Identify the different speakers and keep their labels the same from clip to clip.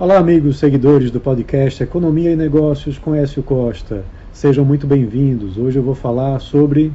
Speaker 1: Olá, amigos seguidores do podcast Economia e Negócios com Écio Costa. Sejam muito bem-vindos. Hoje eu vou falar sobre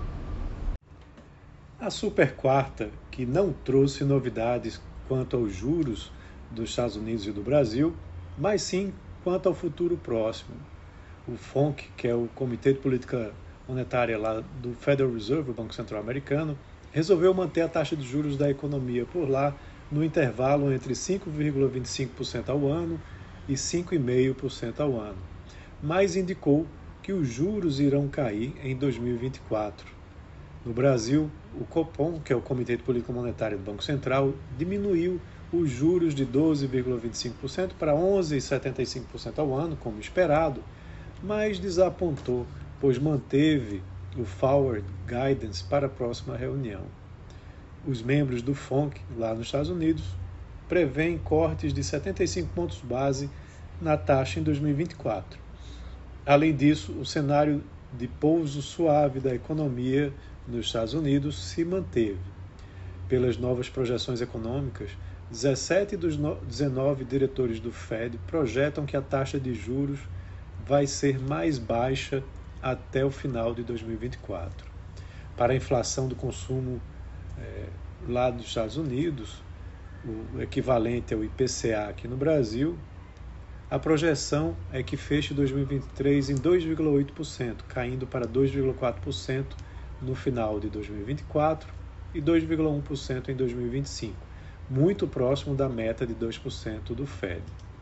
Speaker 1: a super quarta, que não trouxe novidades quanto aos juros dos Estados Unidos e do Brasil, mas sim quanto ao futuro próximo. O FONC, que é o Comitê de Política Monetária lá do Federal Reserve, o Banco Central Americano, resolveu manter a taxa de juros da economia por lá no intervalo entre 5,25% ao ano e 5,5% ao ano, mas indicou que os juros irão cair em 2024. No Brasil, o Copom, que é o Comitê de Política Monetária do Banco Central, diminuiu os juros de 12,25% para 11,75% ao ano, como esperado, mas desapontou, pois manteve o Forward Guidance para a próxima reunião. Os membros do FONC, lá nos Estados Unidos, prevêem cortes de 75 pontos base na taxa em 2024. Além disso, o cenário de pouso suave da economia nos Estados Unidos se manteve. Pelas novas projeções econômicas, 17 dos 19 diretores do Fed projetam que a taxa de juros vai ser mais baixa até o final de 2024. Para a inflação do consumo lá dos Estados Unidos, o equivalente ao IPCA aqui no Brasil, a projeção é que feche 2023 em 2,8%, caindo para 2,4% no final de 2024 e 2,1% em 2025, muito próximo da meta de 2% do Fed.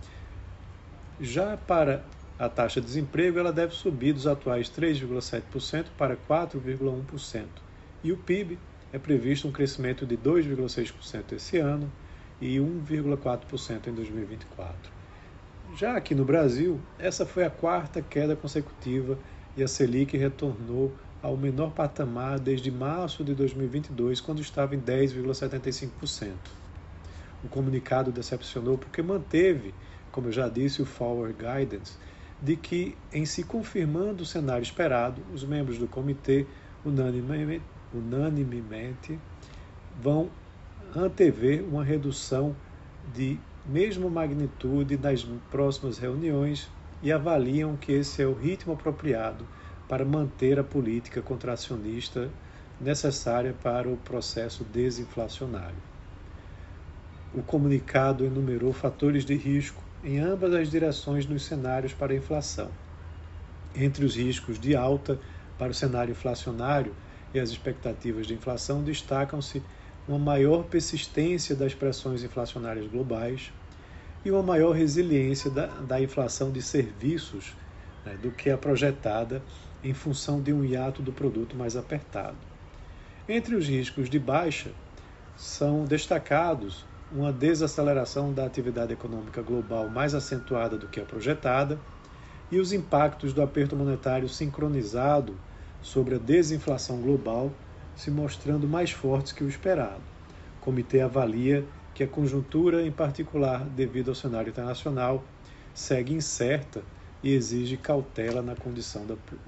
Speaker 1: Já para a taxa de desemprego, ela deve subir dos atuais 3,7% para 4,1%. E o PIB é previsto um crescimento de 2,6% esse ano e 1,4% em 2024. Já aqui no Brasil, essa foi a quarta queda consecutiva e a Selic retornou ao menor patamar desde março de 2022, quando estava em 10,75%. O comunicado decepcionou porque manteve, como eu já disse, o Forward Guidance, de que, em se confirmando o cenário esperado, os membros do comitê unanimemente vão antever uma redução de mesma magnitude nas próximas reuniões e avaliam que esse é o ritmo apropriado para manter a política contracionista necessária para o processo desinflacionário. O comunicado enumerou fatores de risco em ambas as direções nos cenários para a inflação. Entre os riscos de alta para o cenário inflacionário e as expectativas de inflação destacam-se uma maior persistência das pressões inflacionárias globais e uma maior resiliência da inflação de serviços, do que a projetada em função de um hiato do produto mais apertado. Entre os riscos de baixa, são destacados uma desaceleração da atividade econômica global mais acentuada do que a projetada e os impactos do aperto monetário sincronizado sobre a desinflação global se mostrando mais fortes que o esperado. O comitê avalia que a conjuntura, em particular devido ao cenário internacional, segue incerta e exige cautela na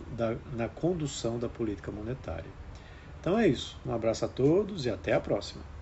Speaker 1: condução da política monetária. Então é isso. Um abraço a todos e até a próxima.